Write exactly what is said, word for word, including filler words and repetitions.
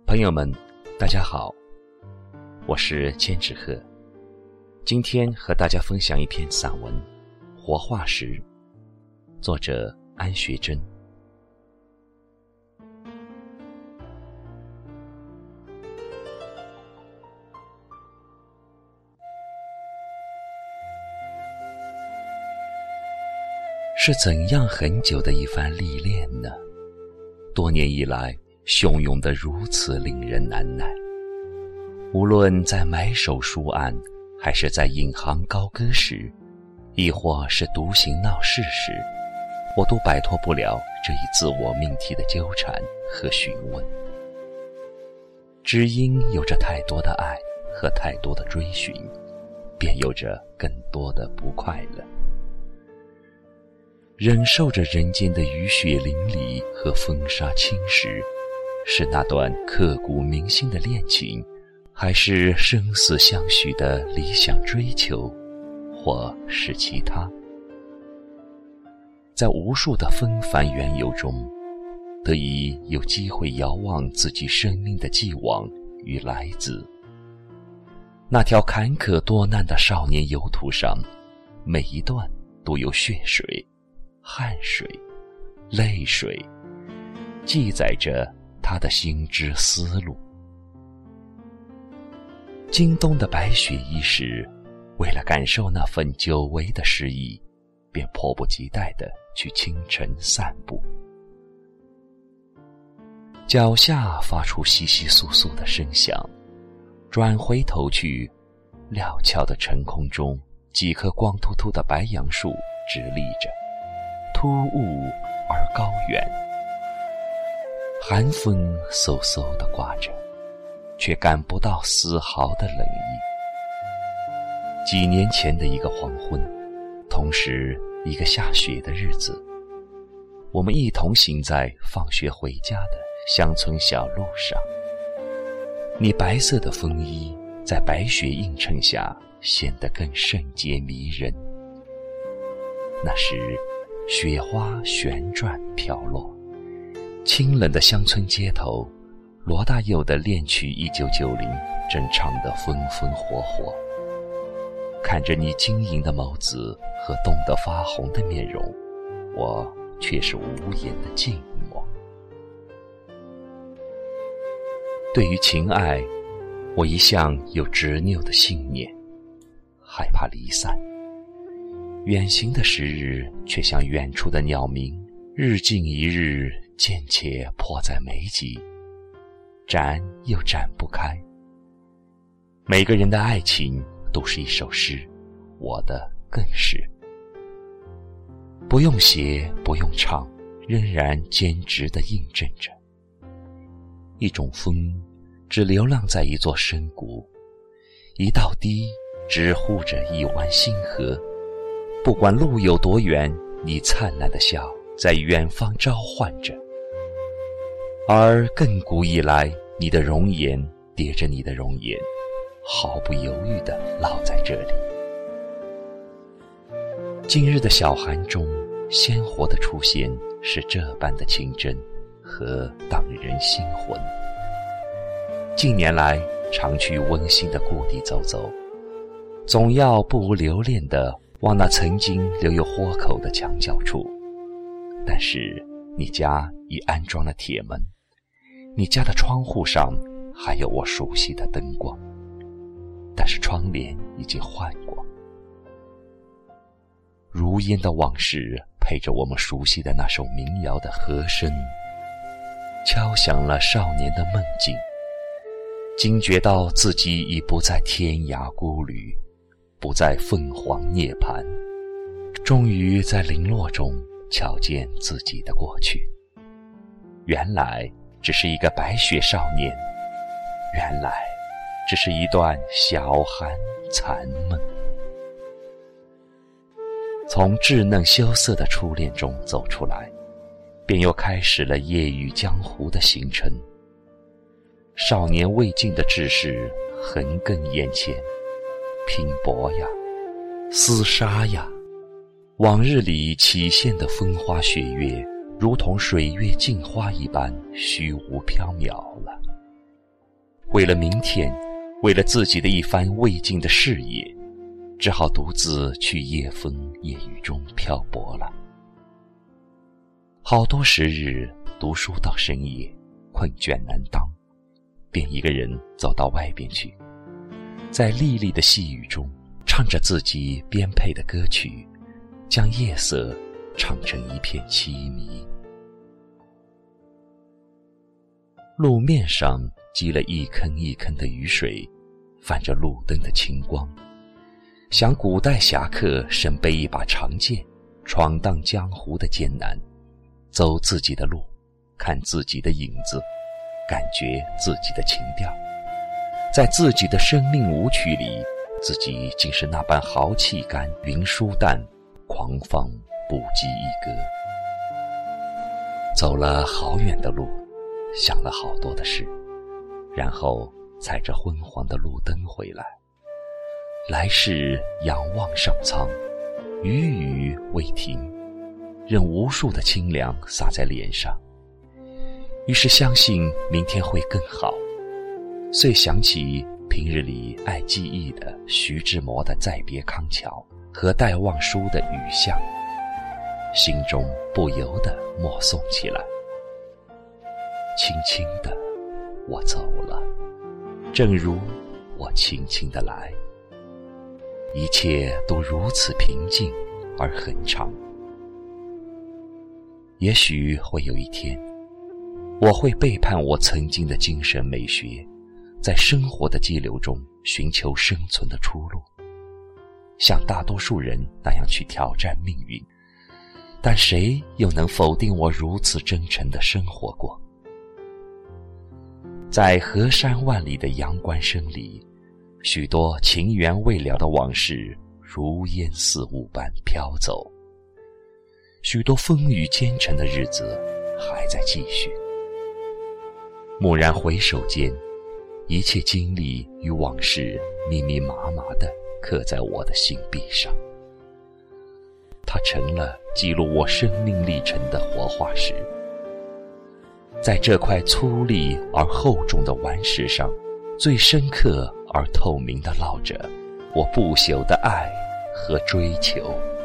朋友们，大家好，我是千纸鹤，今天和大家分享一篇散文《活化石》，作者安学珍。是怎样很久的一番历练呢？多年以来，汹涌得如此令人难耐。无论在埋首书案，还是在引吭高歌时，亦或是独行闹市时，我都摆脱不了这一自我命题的纠缠和询问。只因有着太多的爱和太多的追寻，便有着更多的不快乐。忍受着人间的雨雪淋漓和风沙侵蚀，是那段刻骨铭心的恋情，还是生死相许的理想追求，或是其他？在无数的纷繁缘由中，得以有机会遥望自己生命的既往与来自。那条坎坷多难的少年游途上，每一段都有血水、汗水、泪水，记载着他的心之思路。今冬的白雪一时，为了感受那份久违的诗意，便迫不及待地去清晨散步。脚下发出窸窸窣窣的声响，转回头去，料峭的晨空中，几棵光秃秃的白杨树直立着，突兀而高远。寒风嗖嗖地刮着，却感不到丝毫的冷意。几年前的一个黄昏，同时一个下雪的日子，我们一同行在放学回家的乡村小路上。你白色的风衣在白雪映衬下显得更圣洁迷人。那时雪花旋转飘落，清冷的乡村街头，罗大佑的恋曲一九九零正唱得风风火火。看着你晶莹的眸子和冻得发红的面容，我却是无言的静默。对于情爱，我一向有执拗的信念，害怕离散。远行的时日，却像远处的鸟鸣，日近一日，渐且迫在眉睫，展又展不开。每个人的爱情都是一首诗，我的更是。不用写，不用唱，仍然坚直地印证着。一种风，只流浪在一座深谷；一道滴，只护着一湾星河。不管路有多远，你灿烂的笑在远方召唤着。而亘古以来，你的容颜叠着你的容颜，毫不犹豫地烙在这里。今日的小寒中，鲜活的出现是这般的清真和荡人心魂。近年来常去温馨的故地走走，总要不无留恋地往那曾经留有豁口的墙角处。但是你家已安装了铁门，你家的窗户上还有我熟悉的灯光，但是窗帘已经换过。如烟的往事配着我们熟悉的那首民谣的和声，敲响了少年的梦境，惊觉到自己已不在天涯孤旅，不再凤凰涅槃，终于在零落中瞧见自己的过去。原来只是一个白雪少年，原来只是一段小寒残梦。从稚嫩羞涩的初恋中走出来，便又开始了夜雨江湖的行程。少年未尽的志士横亘眼前，拼搏呀，厮杀呀，往日里起现的风花雪月，如同水月镜花一般虚无缥缈了。 为了明天，为了自己的一番未尽的事业，只好独自去夜风夜雨中漂泊了。好多时日读书到深夜，困倦难当，便一个人走到外边去，在沥沥的细雨中唱着自己编配的歌曲，将夜色唱成一片凄迷。路面上积了一坑一坑的雨水，泛着路灯的清光，想古代侠客身背一把长剑，闯荡江湖的艰难，走自己的路，看自己的影子，感觉自己的情调。在自己的生命舞曲里，自己竟是那般豪气干云舒淡，狂放不羁一歌。走了好远的路，想了好多的事，然后踩着昏黄的路灯回来。来世仰望上苍，雨雨未停，任无数的清凉洒在脸上。于是相信明天会更好，遂想起平日里爱记忆的徐志摩的《再别康桥》和戴望舒的《雨巷》，心中不由得默诵起来。轻轻的我走了，正如我轻轻的来，一切都如此平静而恒长。也许会有一天，我会背叛我曾经的精神美学，在生活的激流中寻求生存的出路，像大多数人那样去挑战命运。但谁又能否定我如此真诚的生活过？在河山万里的阳关声里，许多情缘未了的往事如烟似雾般飘走，许多风雨兼程的日子还在继续。蓦然回首间，一切经历与往事密密麻麻地刻在我的心壁上，它成了记录我生命历程的活化石。在这块粗粝而厚重的顽石上，最深刻而透明地烙着我不朽的爱和追求。